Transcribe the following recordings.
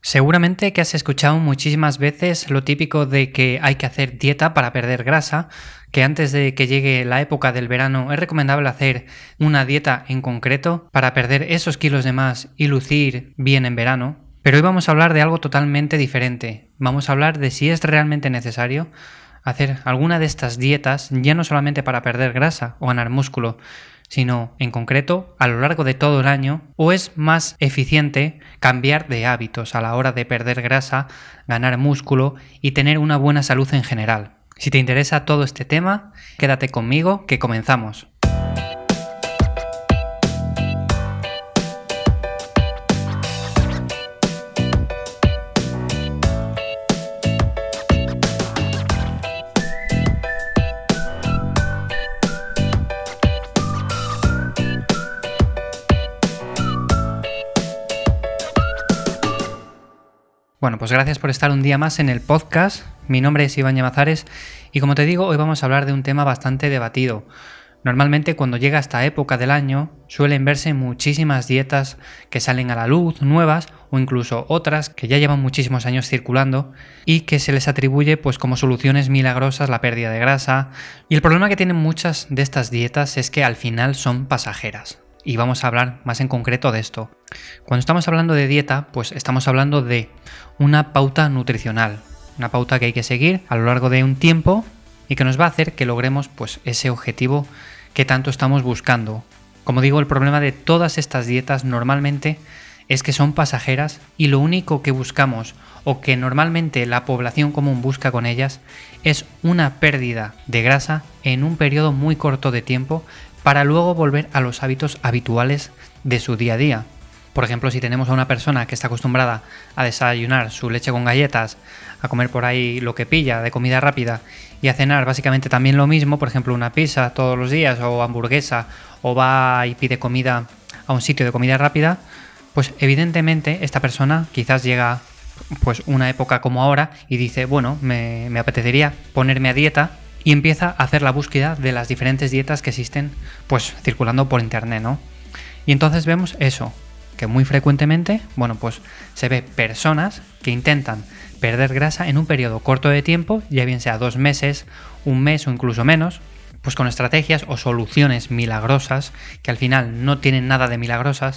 Seguramente que has escuchado muchísimas veces lo típico de que hay que hacer dieta para perder grasa, que antes de que llegue la época del verano es recomendable hacer una dieta en concreto para perder esos kilos de más y lucir bien en verano. Pero hoy vamos a hablar de algo totalmente diferente. Vamos a hablar de si es realmente necesario hacer alguna de estas dietas, ya no solamente para perder grasa o ganar músculo, sino en concreto a lo largo de todo el año, o es más eficiente cambiar de hábitos a la hora de perder grasa, ganar músculo y tener una buena salud en general. Si te interesa todo este tema, quédate conmigo que comenzamos. Bueno, pues gracias por estar un día más en el podcast. Mi nombre es Iván Llamazares y como te digo, hoy vamos a hablar de un tema bastante debatido. Normalmente cuando llega esta época del año suelen verse muchísimas dietas que salen a la luz, nuevas o incluso otras que ya llevan muchísimos años circulando y que se les atribuye pues como soluciones milagrosas la pérdida de grasa. Y el problema que tienen muchas de estas dietas es que al final son pasajeras. Y vamos a hablar más en concreto de esto. Cuando estamos hablando de dieta, pues estamos hablando de una pauta nutricional, una pauta que hay que seguir a lo largo de un tiempo y que nos va a hacer que logremos pues ese objetivo que tanto estamos buscando. Como digo, el problema de todas estas dietas normalmente es que son pasajeras y lo único que buscamos o que normalmente la población común busca con ellas es una pérdida de grasa en un periodo muy corto de tiempo para luego volver a los hábitos habituales de su día a día. Por ejemplo, si tenemos a una persona que está acostumbrada a desayunar su leche con galletas, a comer por ahí lo que pilla de comida rápida y a cenar básicamente también lo mismo, por ejemplo una pizza todos los días o hamburguesa, o va y pide comida a un sitio de comida rápida, pues evidentemente esta persona quizás llega pues una época como ahora y dice, bueno, me apetecería ponerme a dieta, y empieza a hacer la búsqueda de las diferentes dietas que existen pues circulando por internet, ¿no? Y entonces vemos eso, que muy frecuentemente, bueno, pues se ve personas que intentan perder grasa en un periodo corto de tiempo, ya bien sea 2 meses, 1 mes o incluso menos, pues con estrategias o soluciones milagrosas que al final no tienen nada de milagrosas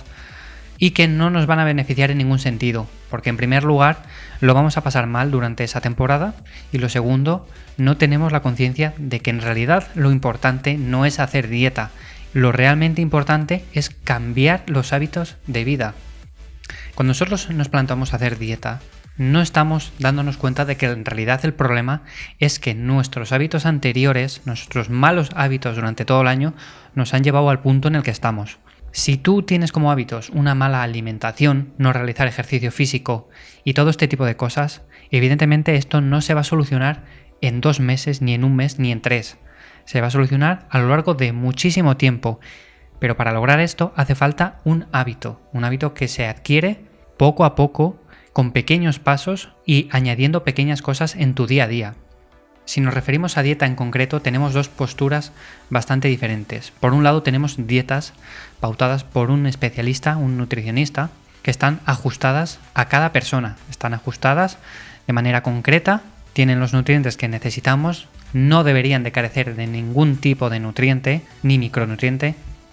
y que no nos van a beneficiar en ningún sentido, porque en primer lugar lo vamos a pasar mal durante esa temporada y lo segundo, no tenemos la conciencia de que en realidad lo importante no es hacer dieta, lo realmente importante es cambiar los hábitos de vida. Cuando nosotros nos planteamos hacer dieta, no estamos dándonos cuenta de que en realidad el problema es que nuestros hábitos anteriores, nuestros malos hábitos durante todo el año, nos han llevado al punto en el que estamos. Si tú tienes como hábitos una mala alimentación, no realizar ejercicio físico y todo este tipo de cosas, evidentemente esto no se va a solucionar en 2 meses, ni en 1 mes, ni en 3. Se va a solucionar a lo largo de muchísimo tiempo. Pero para lograr esto hace falta un hábito que se adquiere poco a poco, con pequeños pasos y añadiendo pequeñas cosas en tu día a día. Si nos referimos a dieta en concreto, tenemos 2 posturas bastante diferentes. Por un lado tenemos dietas pautadas por un especialista, un nutricionista, que están ajustadas a cada persona. Están ajustadas de manera concreta, tienen los nutrientes que necesitamos, no deberían de carecer de ningún tipo de nutriente ni micronutriente.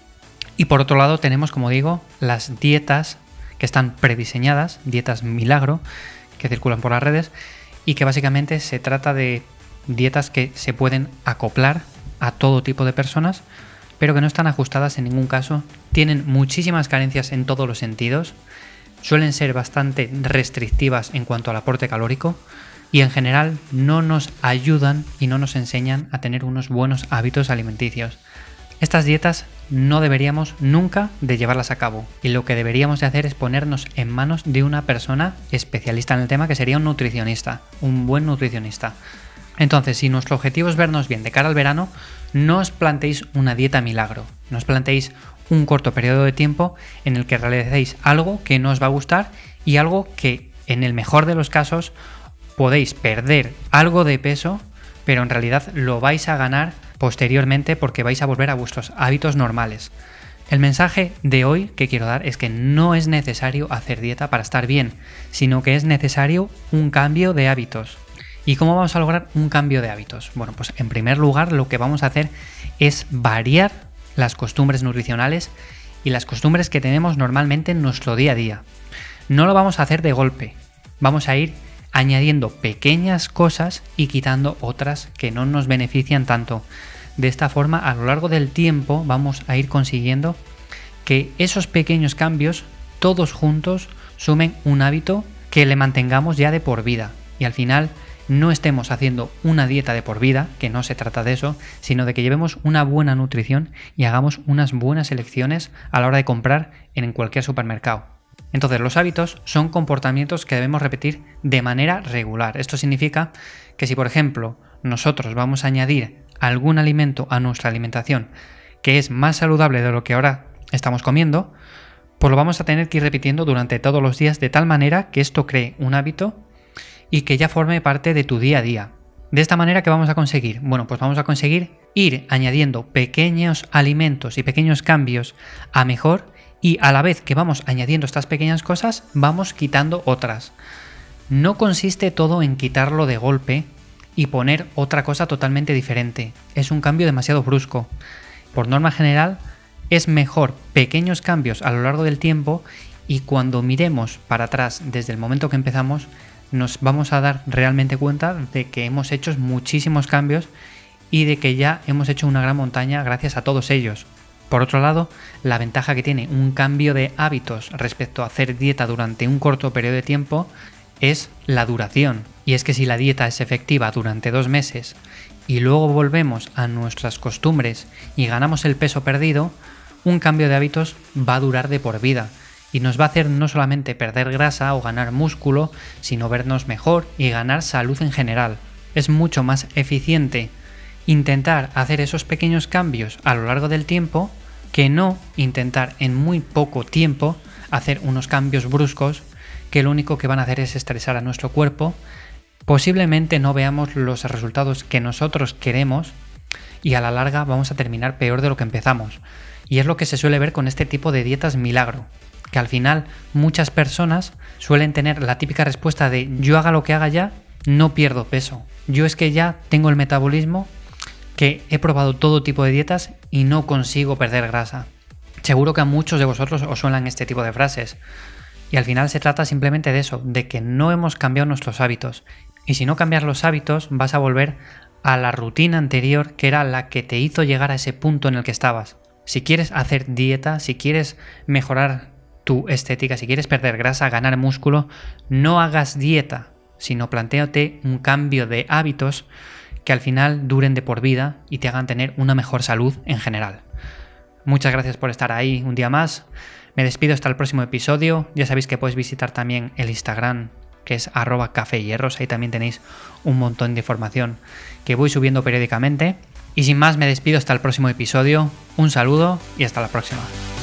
Y por otro lado tenemos, como digo, las dietas que están prediseñadas, dietas milagro, que circulan por las redes y que básicamente se trata de dietas que se pueden acoplar a todo tipo de personas, pero que no están ajustadas en ningún caso, tienen muchísimas carencias en todos los sentidos, suelen ser bastante restrictivas en cuanto al aporte calórico y en general no nos ayudan y no nos enseñan a tener unos buenos hábitos alimenticios. Estas dietas no deberíamos nunca de llevarlas a cabo y lo que deberíamos de hacer es ponernos en manos de una persona especialista en el tema, que sería un nutricionista, un buen nutricionista. Entonces, si nuestro objetivo es vernos bien de cara al verano, no os planteéis una dieta milagro, no os planteéis un corto periodo de tiempo en el que realicéis algo que no os va a gustar y algo que, en el mejor de los casos, podéis perder algo de peso, pero en realidad lo vais a ganar posteriormente porque vais a volver a vuestros hábitos normales. El mensaje de hoy que quiero dar es que no es necesario hacer dieta para estar bien, sino que es necesario un cambio de hábitos. ¿Y cómo vamos a lograr un cambio de hábitos? Bueno, pues en primer lugar lo que vamos a hacer es variar las costumbres nutricionales y las costumbres que tenemos normalmente en nuestro día a día. No lo vamos a hacer de golpe, vamos a ir añadiendo pequeñas cosas y quitando otras que no nos benefician tanto. De esta forma, a lo largo del tiempo vamos a ir consiguiendo que esos pequeños cambios, todos juntos, sumen un hábito que le mantengamos ya de por vida. Y al final no estemos haciendo una dieta de por vida, que no se trata de eso, sino de que llevemos una buena nutrición y hagamos unas buenas elecciones a la hora de comprar en cualquier supermercado. Entonces, los hábitos son comportamientos que debemos repetir de manera regular. Esto significa que si, por ejemplo, nosotros vamos a añadir algún alimento a nuestra alimentación que es más saludable de lo que ahora estamos comiendo, pues lo vamos a tener que ir repitiendo durante todos los días de tal manera que esto cree un hábito y que ya forme parte de tu día a día. De esta manera, ¿qué vamos a conseguir? Bueno, pues vamos a conseguir ir añadiendo pequeños alimentos y pequeños cambios a mejor, y a la vez que vamos añadiendo estas pequeñas cosas, vamos quitando otras. No consiste todo en quitarlo de golpe y poner otra cosa totalmente diferente. Es un cambio demasiado brusco. Por norma general, es mejor pequeños cambios a lo largo del tiempo, y cuando miremos para atrás desde el momento que empezamos, nos vamos a dar realmente cuenta de que hemos hecho muchísimos cambios y de que ya hemos hecho una gran montaña gracias a todos ellos. Por otro lado, la ventaja que tiene un cambio de hábitos respecto a hacer dieta durante un corto periodo de tiempo es la duración. Y es que si la dieta es efectiva durante 2 meses y luego volvemos a nuestras costumbres y ganamos el peso perdido, un cambio de hábitos va a durar de por vida y nos va a hacer no solamente perder grasa o ganar músculo, sino vernos mejor y ganar salud en general. Es mucho más eficiente intentar hacer esos pequeños cambios a lo largo del tiempo que no intentar en muy poco tiempo hacer unos cambios bruscos que lo único que van a hacer es estresar a nuestro cuerpo. Posiblemente no veamos los resultados que nosotros queremos y a la larga vamos a terminar peor de lo que empezamos. Y es lo que se suele ver con este tipo de dietas milagro, que al final muchas personas suelen tener la típica respuesta de yo haga lo que haga ya, no pierdo peso. Yo es que ya tengo el metabolismo, que he probado todo tipo de dietas y no consigo perder grasa. Seguro que a muchos de vosotros os suenan este tipo de frases. Y al final se trata simplemente de eso, de que no hemos cambiado nuestros hábitos. Y si no cambias los hábitos, vas a volver a la rutina anterior, que era la que te hizo llegar a ese punto en el que estabas. Si quieres hacer dieta, si quieres mejorar tu estética, si quieres perder grasa, ganar músculo, no hagas dieta, sino plantéate un cambio de hábitos que al final duren de por vida y te hagan tener una mejor salud en general. Muchas gracias por estar ahí un día más. Me despido hasta el próximo episodio. Ya sabéis que podéis visitar también el Instagram, que es @cafeyhierros. Ahí también tenéis un montón de información que voy subiendo periódicamente. Y sin más, me despido hasta el próximo episodio. Un saludo y hasta la próxima.